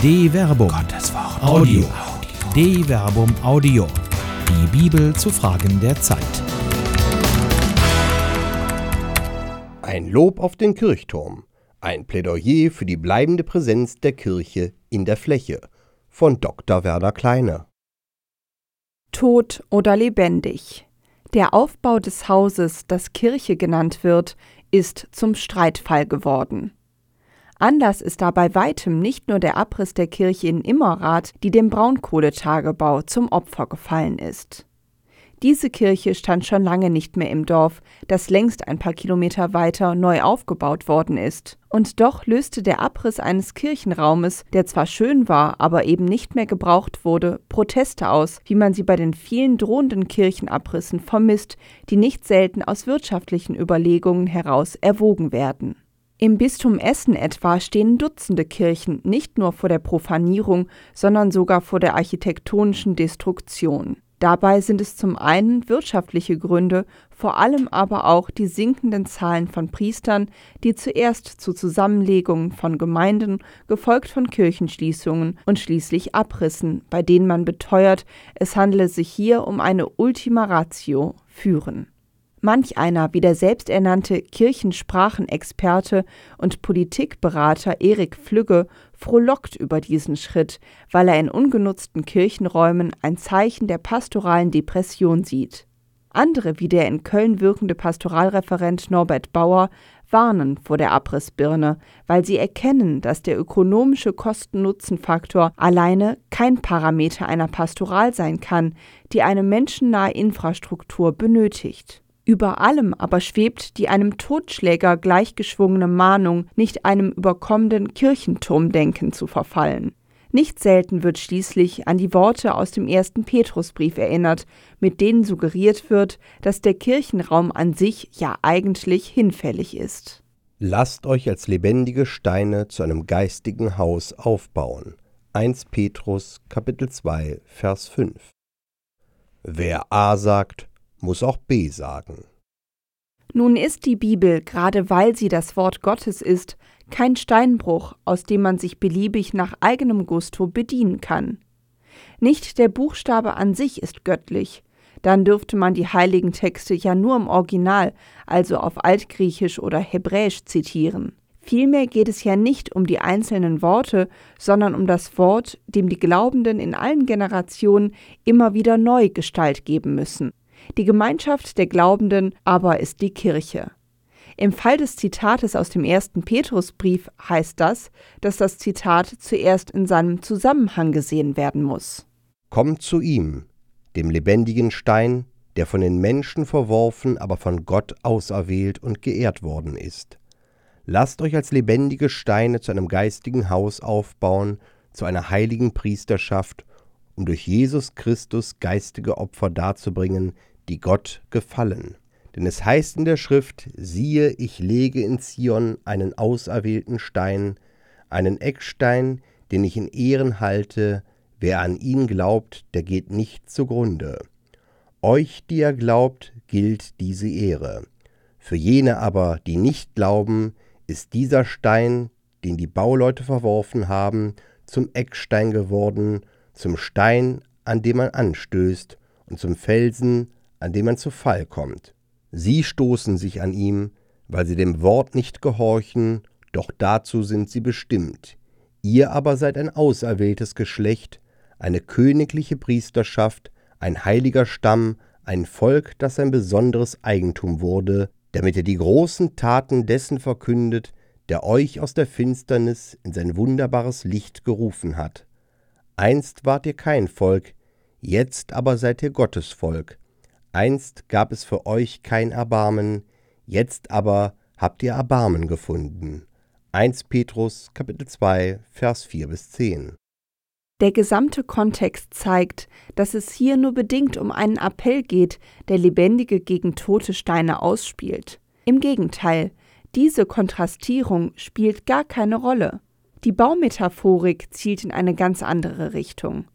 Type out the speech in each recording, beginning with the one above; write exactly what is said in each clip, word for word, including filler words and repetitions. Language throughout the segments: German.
De Verbum. Gottes Wort. Audio. De Verbum Audio. Die Bibel zu Fragen der Zeit. Ein Lob auf den Kirchturm. Ein Plädoyer für die bleibende Präsenz der Kirche in der Fläche. Von Doktor Werner Kleine. Tot oder lebendig. Der Aufbau des Hauses, das Kirche genannt wird, ist zum Streitfall geworden. Anlass ist da bei weitem nicht nur der Abriss der Kirche in Immerath, die dem Braunkohletagebau zum Opfer gefallen ist. Diese Kirche stand schon lange nicht mehr im Dorf, das längst ein paar Kilometer weiter neu aufgebaut worden ist. Und doch löste der Abriss eines Kirchenraumes, der zwar schön war, aber eben nicht mehr gebraucht wurde, Proteste aus, wie man sie bei den vielen drohenden Kirchenabrissen vermisst, die nicht selten aus wirtschaftlichen Überlegungen heraus erwogen werden. Im Bistum Essen etwa stehen Dutzende Kirchen nicht nur vor der Profanierung, sondern sogar vor der architektonischen Destruktion. Dabei sind es zum einen wirtschaftliche Gründe, vor allem aber auch die sinkenden Zahlen von Priestern, die zuerst zu Zusammenlegungen von Gemeinden, gefolgt von Kirchenschließungen und schließlich Abrissen, bei denen man beteuert, es handele sich hier um eine Ultima Ratio, führen. Manch einer, wie der selbsternannte Kirchensprachenexperte und Politikberater Erik Flügge, frohlockt über diesen Schritt, weil er in ungenutzten Kirchenräumen ein Zeichen der pastoralen Depression sieht. Andere, wie der in Köln wirkende Pastoralreferent Norbert Bauer, warnen vor der Abrissbirne, weil sie erkennen, dass der ökonomische Kosten-Nutzen-Faktor alleine kein Parameter einer Pastoral sein kann, die eine menschennahe Infrastruktur benötigt. Über allem aber schwebt die einem Totschläger gleichgeschwungene Mahnung, nicht einem überkommenen Kirchenturmdenken zu verfallen. Nicht selten wird schließlich an die Worte aus dem ersten Petrusbrief erinnert, mit denen suggeriert wird, dass der Kirchenraum an sich ja eigentlich hinfällig ist. Lasst euch als lebendige Steine zu einem geistigen Haus aufbauen. erster Petrus, Kapitel zwei, Vers fünf. Wer A sagt, muss auch B sagen. Nun ist die Bibel, gerade weil sie das Wort Gottes ist, kein Steinbruch, aus dem man sich beliebig nach eigenem Gusto bedienen kann. Nicht der Buchstabe an sich ist göttlich, dann dürfte man die heiligen Texte ja nur im Original, also auf Altgriechisch oder Hebräisch zitieren. Vielmehr geht es ja nicht um die einzelnen Worte, sondern um das Wort, dem die Glaubenden in allen Generationen immer wieder neu Gestalt geben müssen. Die Gemeinschaft der Glaubenden aber ist die Kirche. Im Fall des Zitates aus dem ersten Petrusbrief heißt das, dass das Zitat zuerst in seinem Zusammenhang gesehen werden muss. Kommt zu ihm, dem lebendigen Stein, der von den Menschen verworfen, aber von Gott auserwählt und geehrt worden ist. Lasst euch als lebendige Steine zu einem geistigen Haus aufbauen, zu einer heiligen Priesterschaft, um durch Jesus Christus geistige Opfer darzubringen, die Gott gefallen. Denn es heißt in der Schrift, siehe, ich lege in Zion einen auserwählten Stein, einen Eckstein, den ich in Ehren halte, wer an ihn glaubt, der geht nicht zugrunde. Euch, die ihr glaubt, gilt diese Ehre. Für jene aber, die nicht glauben, ist dieser Stein, den die Bauleute verworfen haben, zum Eckstein geworden, zum Stein, an dem man anstößt, und zum Felsen, an dem man zu Fall kommt. Sie stoßen sich an ihm, weil sie dem Wort nicht gehorchen, doch dazu sind sie bestimmt. Ihr aber seid ein auserwähltes Geschlecht, eine königliche Priesterschaft, ein heiliger Stamm, ein Volk, das ein besonderes Eigentum wurde, damit ihr die großen Taten dessen verkündet, der euch aus der Finsternis in sein wunderbares Licht gerufen hat. Einst wart ihr kein Volk, jetzt aber seid ihr Gottes Volk. Einst gab es für euch kein Erbarmen, jetzt aber habt ihr Erbarmen gefunden. erster Petrus, Kapitel zwei, Vers vier bis zehn. Der gesamte Kontext zeigt, dass es hier nur bedingt um einen Appell geht, der Lebendige gegen tote Steine ausspielt. Im Gegenteil, diese Kontrastierung spielt gar keine Rolle. Die Baumetaphorik zielt in eine ganz andere Richtung.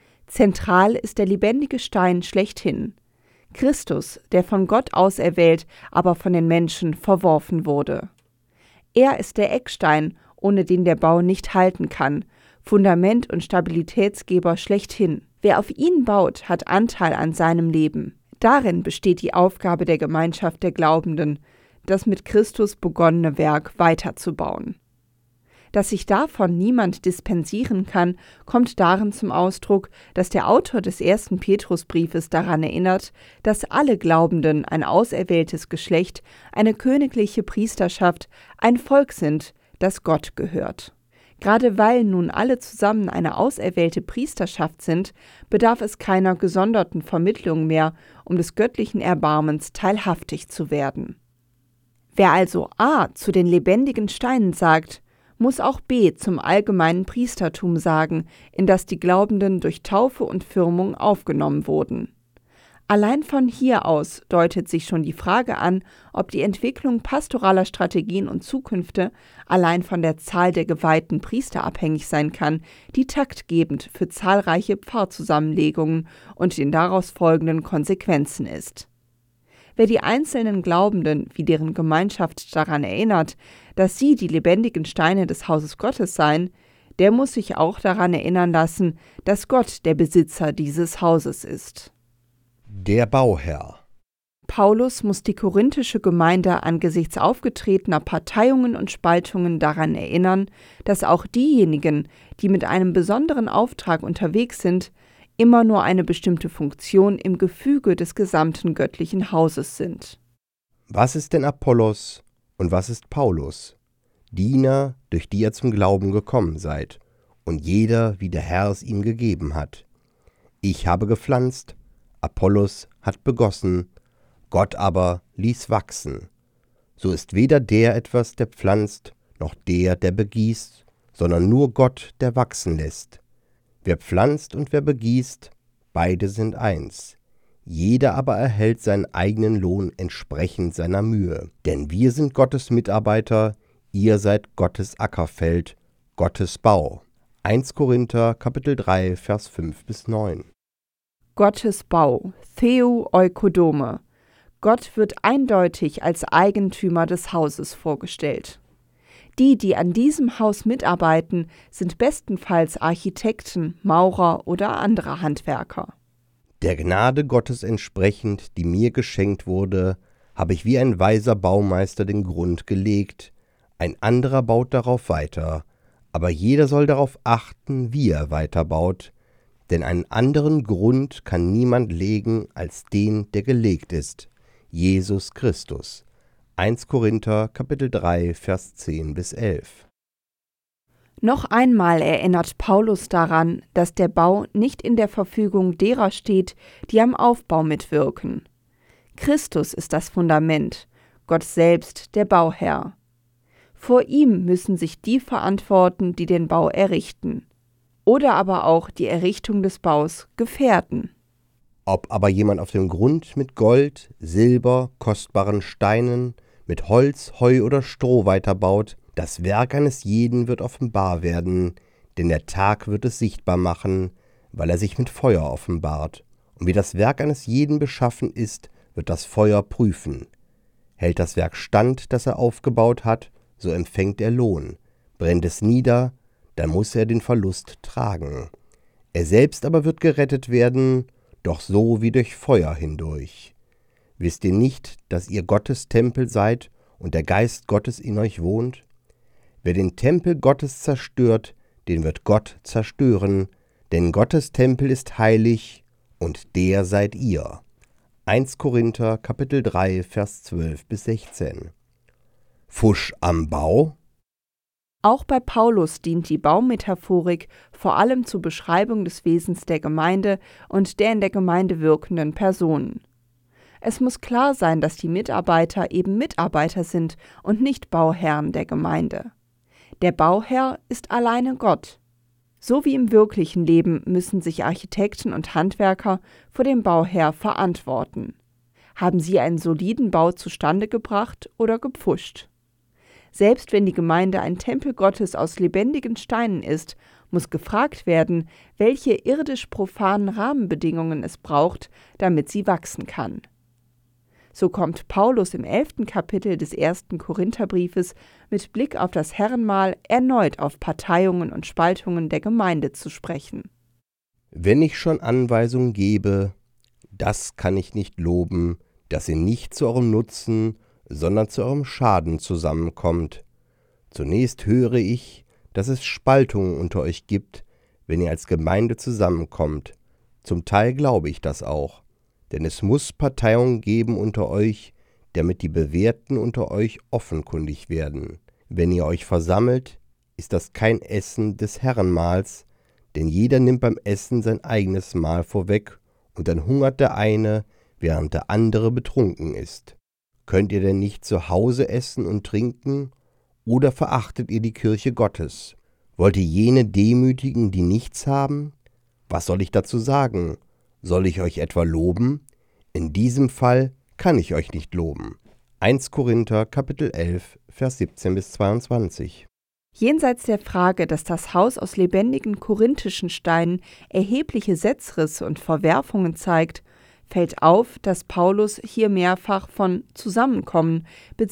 Zentral ist der lebendige Stein schlechthin. Christus, der von Gott auserwählt, aber von den Menschen verworfen wurde. Er ist der Eckstein, ohne den der Bau nicht halten kann, Fundament und Stabilitätsgeber schlechthin. Wer auf ihn baut, hat Anteil an seinem Leben. Darin besteht die Aufgabe der Gemeinschaft der Glaubenden, das mit Christus begonnene Werk weiterzubauen. Dass sich davon niemand dispensieren kann, kommt darin zum Ausdruck, dass der Autor des ersten Petrusbriefes daran erinnert, dass alle Glaubenden ein auserwähltes Geschlecht, eine königliche Priesterschaft, ein Volk sind, das Gott gehört. Gerade weil nun alle zusammen eine auserwählte Priesterschaft sind, bedarf es keiner gesonderten Vermittlung mehr, um des göttlichen Erbarmens teilhaftig zu werden. Wer also A zu den lebendigen Steinen sagt, muss auch B zum allgemeinen Priestertum sagen, in das die Glaubenden durch Taufe und Firmung aufgenommen wurden. Allein von hier aus deutet sich schon die Frage an, ob die Entwicklung pastoraler Strategien und Zukünfte allein von der Zahl der geweihten Priester abhängig sein kann, die taktgebend für zahlreiche Pfarrzusammenlegungen und den daraus folgenden Konsequenzen ist. Wer die einzelnen Glaubenden wie deren Gemeinschaft daran erinnert, dass sie die lebendigen Steine des Hauses Gottes seien, der muss sich auch daran erinnern lassen, dass Gott der Besitzer dieses Hauses ist. Der Bauherr. Paulus muss die korinthische Gemeinde angesichts aufgetretener Parteiungen und Spaltungen daran erinnern, dass auch diejenigen, die mit einem besonderen Auftrag unterwegs sind, immer nur eine bestimmte Funktion im Gefüge des gesamten göttlichen Hauses sind. Was ist denn Apollos und was ist Paulus? Diener, durch die ihr zum Glauben gekommen seid, und jeder, wie der Herr es ihm gegeben hat. Ich habe gepflanzt, Apollos hat begossen, Gott aber ließ wachsen. So ist weder der etwas, der pflanzt, noch der, der begießt, sondern nur Gott, der wachsen lässt. Wer pflanzt und wer begießt, beide sind eins. Jeder aber erhält seinen eigenen Lohn entsprechend seiner Mühe. Denn wir sind Gottes Mitarbeiter, ihr seid Gottes Ackerfeld, Gottes Bau. erster Korinther, Kapitel drei, Vers fünf bis neun. Gottes Bau, Theoeukodome. Gott wird eindeutig als Eigentümer des Hauses vorgestellt. Die, die an diesem Haus mitarbeiten, sind bestenfalls Architekten, Maurer oder andere Handwerker. Der Gnade Gottes entsprechend, die mir geschenkt wurde, habe ich wie ein weiser Baumeister den Grund gelegt, ein anderer baut darauf weiter, aber jeder soll darauf achten, wie er weiterbaut, denn einen anderen Grund kann niemand legen als den, der gelegt ist, Jesus Christus. erster Korinther, Kapitel drei, Vers zehn bis elf. Noch einmal erinnert Paulus daran, dass der Bau nicht in der Verfügung derer steht, die am Aufbau mitwirken. Christus ist das Fundament, Gott selbst der Bauherr. Vor ihm müssen sich die verantworten, die den Bau errichten. Oder aber auch die Errichtung des Baus gefährden. Ob aber jemand auf dem Grund mit Gold, Silber, kostbaren Steinen, mit Holz, Heu oder Stroh weiterbaut, das Werk eines jeden wird offenbar werden, denn der Tag wird es sichtbar machen, weil er sich mit Feuer offenbart. Und wie das Werk eines jeden beschaffen ist, wird das Feuer prüfen. Hält das Werk stand, das er aufgebaut hat, so empfängt er Lohn. Brennt es nieder, dann muss er den Verlust tragen. Er selbst aber wird gerettet werden, doch so wie durch Feuer hindurch. Wisst ihr nicht, dass ihr Gottes Tempel seid und der Geist Gottes in euch wohnt? Wer den Tempel Gottes zerstört, den wird Gott zerstören, denn Gottes Tempel ist heilig und der seid ihr. erster Korinther, Kapitel drei, Vers zwölf bis sechzehn. Fusch am Bau? Auch bei Paulus dient die Baumetaphorik vor allem zur Beschreibung des Wesens der Gemeinde und der in der Gemeinde wirkenden Personen. Es muss klar sein, dass die Mitarbeiter eben Mitarbeiter sind und nicht Bauherren der Gemeinde. Der Bauherr ist alleine Gott. So wie im wirklichen Leben müssen sich Architekten und Handwerker vor dem Bauherr verantworten. Haben sie einen soliden Bau zustande gebracht oder gepfuscht? Selbst wenn die Gemeinde ein Tempel Gottes aus lebendigen Steinen ist, muss gefragt werden, welche irdisch profanen Rahmenbedingungen es braucht, damit sie wachsen kann. So kommt Paulus im elften Kapitel des ersten Korintherbriefes mit Blick auf das Herrenmahl erneut auf Parteiungen und Spaltungen der Gemeinde zu sprechen. Wenn ich schon Anweisungen gebe, das kann ich nicht loben, dass ihr nicht zu eurem Nutzen, sondern zu eurem Schaden zusammenkommt. Zunächst höre ich, dass es Spaltungen unter euch gibt, wenn ihr als Gemeinde zusammenkommt. Zum Teil glaube ich das auch, denn es muss Parteiungen geben unter euch, damit die Bewährten unter euch offenkundig werden. Wenn ihr euch versammelt, ist das kein Essen des Herrenmahls, denn jeder nimmt beim Essen sein eigenes Mahl vorweg, und dann hungert der eine, während der andere betrunken ist. Könnt ihr denn nicht zu Hause essen und trinken, oder verachtet ihr die Kirche Gottes? Wollt ihr jene demütigen, die nichts haben? Was soll ich dazu sagen? Soll ich euch etwa loben? In diesem Fall kann ich euch nicht loben. erster Korinther, Kapitel elf, Vers siebzehn bis zweiundzwanzig. Jenseits der Frage, dass das Haus aus lebendigen korinthischen Steinen erhebliche Setzrisse und Verwerfungen zeigt, fällt auf, dass Paulus hier mehrfach von Zusammenkommen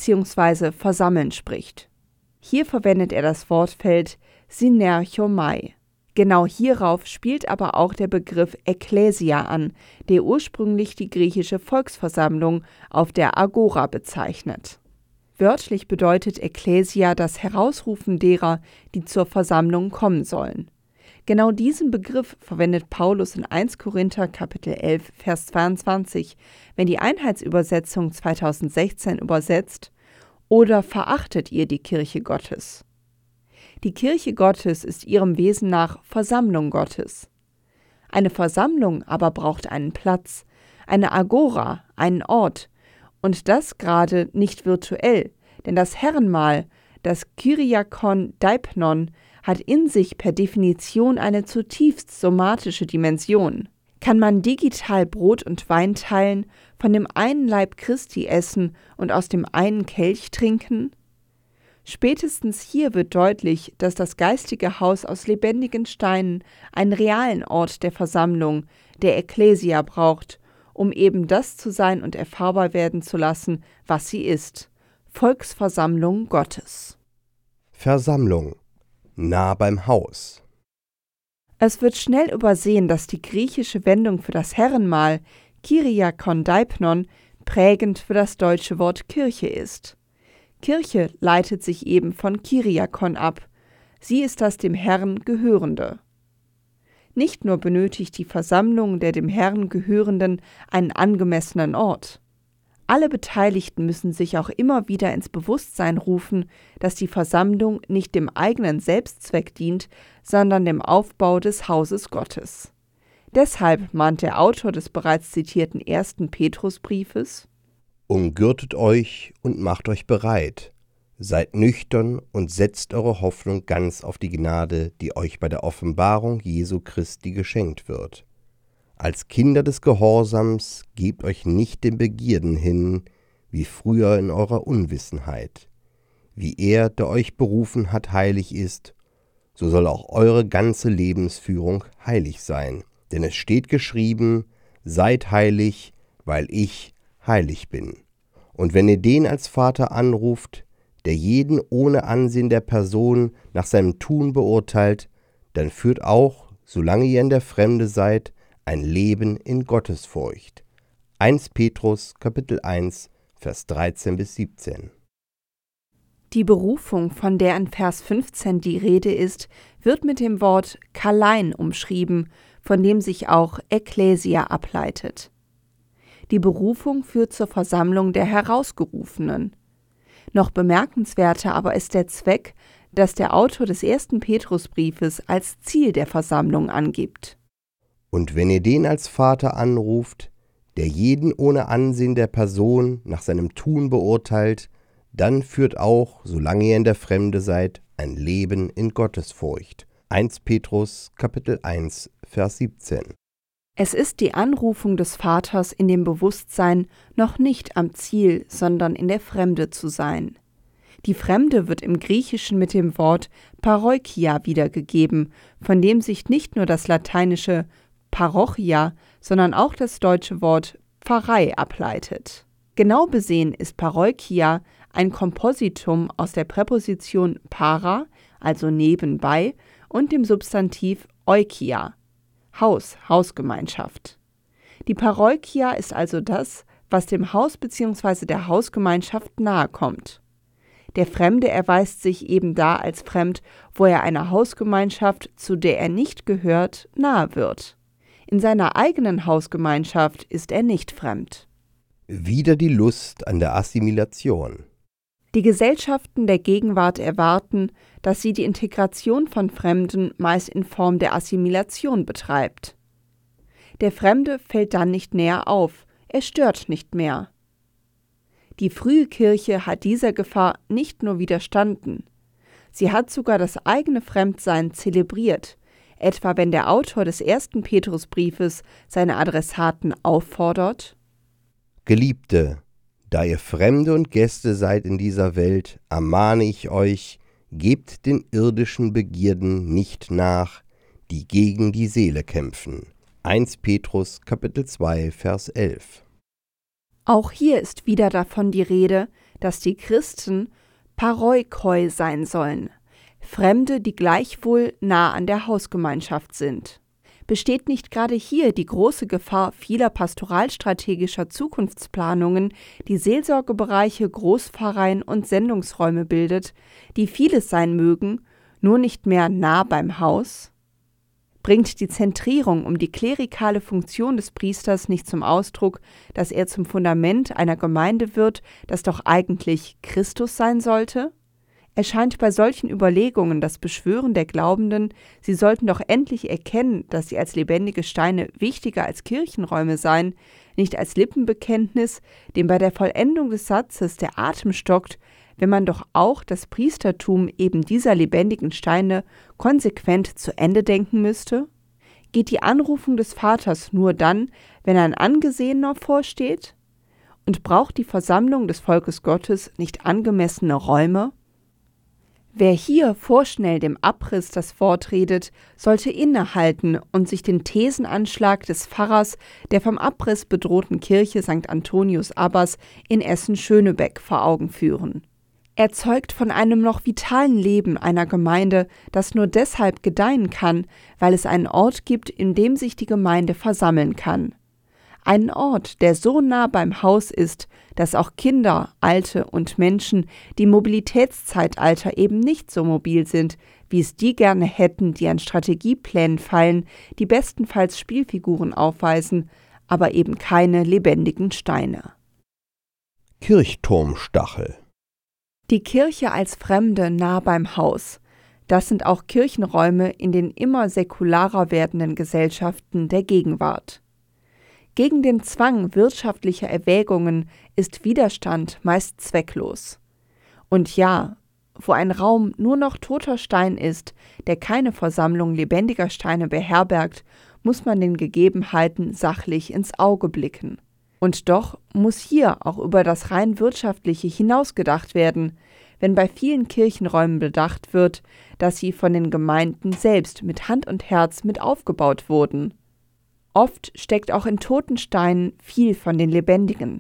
bzw. Versammeln spricht. Hier verwendet er das Wortfeld Synerchomai. Genau hierauf spielt aber auch der Begriff Ekklesia an, der ursprünglich die griechische Volksversammlung auf der Agora bezeichnet. Wörtlich bedeutet Ekklesia das Herausrufen derer, die zur Versammlung kommen sollen. Genau diesen Begriff verwendet Paulus in erster Korinther Kapitel elf, Vers zweiundzwanzig, wenn die Einheitsübersetzung zweitausendsechzehn übersetzt: Oder verachtet ihr die Kirche Gottes? Die Kirche Gottes ist ihrem Wesen nach Versammlung Gottes. Eine Versammlung aber braucht einen Platz, eine Agora, einen Ort, und das gerade nicht virtuell, denn das Herrenmahl, das Kyriakon Deipnon, hat in sich per Definition eine zutiefst somatische Dimension. Kann man digital Brot und Wein teilen, von dem einen Leib Christi essen und aus dem einen Kelch trinken? Spätestens hier wird deutlich, dass das geistige Haus aus lebendigen Steinen einen realen Ort der Versammlung, der Ekklesia, braucht, um eben das zu sein und erfahrbar werden zu lassen, was sie ist: Volksversammlung Gottes. Versammlung, nah beim Haus. Es wird schnell übersehen, dass die griechische Wendung für das Herrenmahl, Kyriakon Deipnon, prägend für das deutsche Wort Kirche ist. Kirche leitet sich eben von Kyriakon ab. Sie ist das dem Herrn Gehörende. Nicht nur benötigt die Versammlung der dem Herrn Gehörenden einen angemessenen Ort. Alle Beteiligten müssen sich auch immer wieder ins Bewusstsein rufen, dass die Versammlung nicht dem eigenen Selbstzweck dient, sondern dem Aufbau des Hauses Gottes. Deshalb mahnt der Autor des bereits zitierten ersten Petrusbriefes: Umgürtet euch und macht euch bereit. Seid nüchtern und setzt eure Hoffnung ganz auf die Gnade, die euch bei der Offenbarung Jesu Christi geschenkt wird. Als Kinder des Gehorsams gebt euch nicht den Begierden hin, wie früher in eurer Unwissenheit. Wie er, der euch berufen hat, heilig ist, so soll auch eure ganze Lebensführung heilig sein. Denn es steht geschrieben: Seid heilig, weil ich heilig bin. Und wenn ihr den als Vater anruft, der jeden ohne Ansehen der Person nach seinem Tun beurteilt, dann führt auch, solange ihr in der Fremde seid, ein Leben in Gottesfurcht. erster Petrus, Kapitel eins, Vers dreizehn bis siebzehn. Die Berufung, von der in Vers fünfzehn die Rede ist, wird mit dem Wort Kalein umschrieben, von dem sich auch Ekklesia ableitet. Die Berufung führt zur Versammlung der Herausgerufenen. Noch bemerkenswerter aber ist der Zweck, das der Autor des ersten Petrusbriefes als Ziel der Versammlung angibt. Und wenn ihr den als Vater anruft, der jeden ohne Ansehen der Person nach seinem Tun beurteilt, dann führt auch, solange ihr in der Fremde seid, ein Leben in Gottesfurcht. erster Petrus, Kapitel eins, Vers siebzehn. Es ist die Anrufung des Vaters in dem Bewusstsein, noch nicht am Ziel, sondern in der Fremde zu sein. Die Fremde wird im Griechischen mit dem Wort Paroikia wiedergegeben, von dem sich nicht nur das lateinische Parochia, sondern auch das deutsche Wort Pfarrei ableitet. Genau besehen ist Paroikia ein Kompositum aus der Präposition para, also nebenbei, und dem Substantiv oikia, Haus, Hausgemeinschaft. Die Paroikia ist also das, was dem Haus bzw. der Hausgemeinschaft nahe kommt. Der Fremde erweist sich eben da als fremd, wo er einer Hausgemeinschaft, zu der er nicht gehört, nahe wird. In seiner eigenen Hausgemeinschaft ist er nicht fremd. Wieder die Lust an der Assimilation. Die Gesellschaften der Gegenwart erwarten, dass sie die Integration von Fremden meist in Form der Assimilation betreibt. Der Fremde fällt dann nicht näher auf, er stört nicht mehr. Die frühe Kirche hat dieser Gefahr nicht nur widerstanden, sie hat sogar das eigene Fremdsein zelebriert, etwa wenn der Autor des ersten Petrusbriefes seine Adressaten auffordert: Geliebte, da ihr Fremde und Gäste seid in dieser Welt, ermahne ich euch, gebt den irdischen Begierden nicht nach, die gegen die Seele kämpfen. erster Petrus, Kapitel zwei, Vers elf. Auch hier ist wieder davon die Rede, dass die Christen Paroikoi sein sollen, Fremde, die gleichwohl nah an der Hausgemeinschaft sind. Besteht nicht gerade hier die große Gefahr vieler pastoralstrategischer Zukunftsplanungen, die Seelsorgebereiche, Großpfarreien und Sendungsräume bildet, die vieles sein mögen, nur nicht mehr nah beim Haus? Bringt die Zentrierung um die klerikale Funktion des Priesters nicht zum Ausdruck, dass er zum Fundament einer Gemeinde wird, das doch eigentlich Christus sein sollte? Erscheint bei solchen Überlegungen das Beschwören der Glaubenden, sie sollten doch endlich erkennen, dass sie als lebendige Steine wichtiger als Kirchenräume seien, nicht als Lippenbekenntnis, dem bei der Vollendung des Satzes der Atem stockt, wenn man doch auch das Priestertum eben dieser lebendigen Steine konsequent zu Ende denken müsste? Geht die Anrufung des Vaters nur dann, wenn ein Angesehener vorsteht? Und braucht die Versammlung des Volkes Gottes nicht angemessene Räume? Wer hier vorschnell dem Abriss das Wort redet, sollte innehalten und sich den Thesenanschlag des Pfarrers der vom Abriss bedrohten Kirche Sankt Antonius Abbas in Essen-Schönebeck vor Augen führen. Er zeugt von einem noch vitalen Leben einer Gemeinde, das nur deshalb gedeihen kann, weil es einen Ort gibt, in dem sich die Gemeinde versammeln kann. Einen Ort, der so nah beim Haus ist, dass auch Kinder, Alte und Menschen, die im Mobilitätszeitalter eben nicht so mobil sind, wie es die gerne hätten, die an Strategieplänen feilen, die bestenfalls Spielfiguren aufweisen, aber eben keine lebendigen Steine. Kirchturmstachel. Die Kirche als Fremde nah beim Haus, das sind auch Kirchenräume in den immer säkularer werdenden Gesellschaften der Gegenwart. Gegen den Zwang wirtschaftlicher Erwägungen ist Widerstand meist zwecklos. Und ja, wo ein Raum nur noch toter Stein ist, der keine Versammlung lebendiger Steine beherbergt, muss man den Gegebenheiten sachlich ins Auge blicken. Und doch muss hier auch über das rein Wirtschaftliche hinausgedacht werden, wenn bei vielen Kirchenräumen bedacht wird, dass sie von den Gemeinden selbst mit Hand und Herz mit aufgebaut wurden. Oft steckt auch in toten Steinen viel von den Lebendigen.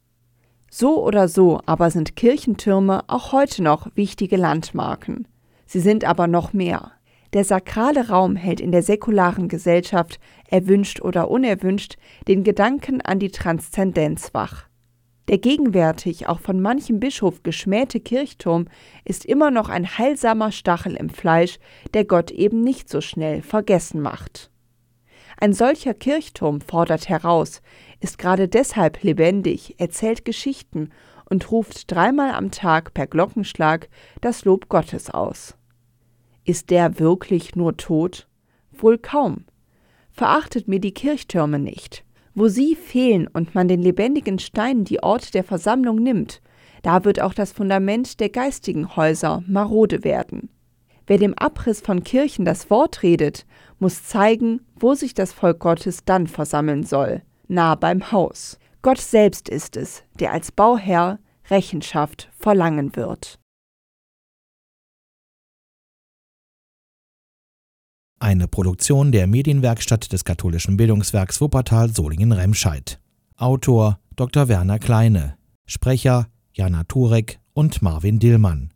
So oder so aber sind Kirchentürme auch heute noch wichtige Landmarken. Sie sind aber noch mehr. Der sakrale Raum hält in der säkularen Gesellschaft, erwünscht oder unerwünscht, den Gedanken an die Transzendenz wach. Der gegenwärtig auch von manchem Bischof geschmähte Kirchturm ist immer noch ein heilsamer Stachel im Fleisch, der Gott eben nicht so schnell vergessen macht. Ein solcher Kirchturm fordert heraus, ist gerade deshalb lebendig, erzählt Geschichten und ruft dreimal am Tag per Glockenschlag das Lob Gottes aus. Ist der wirklich nur tot? Wohl kaum. Verachtet mir die Kirchtürme nicht. Wo sie fehlen und man den lebendigen Stein die Orte der Versammlung nimmt, da wird auch das Fundament der geistigen Häuser marode werden. Wer dem Abriss von Kirchen das Wort redet, muss zeigen, wo sich das Volk Gottes dann versammeln soll, nah beim Haus. Gott selbst ist es, der als Bauherr Rechenschaft verlangen wird. Eine Produktion der Medienwerkstatt des katholischen Bildungswerks Wuppertal Solingen-Remscheid. Autor Doktor Werner Kleine. Sprecher Jana Turek und Marvin Dillmann.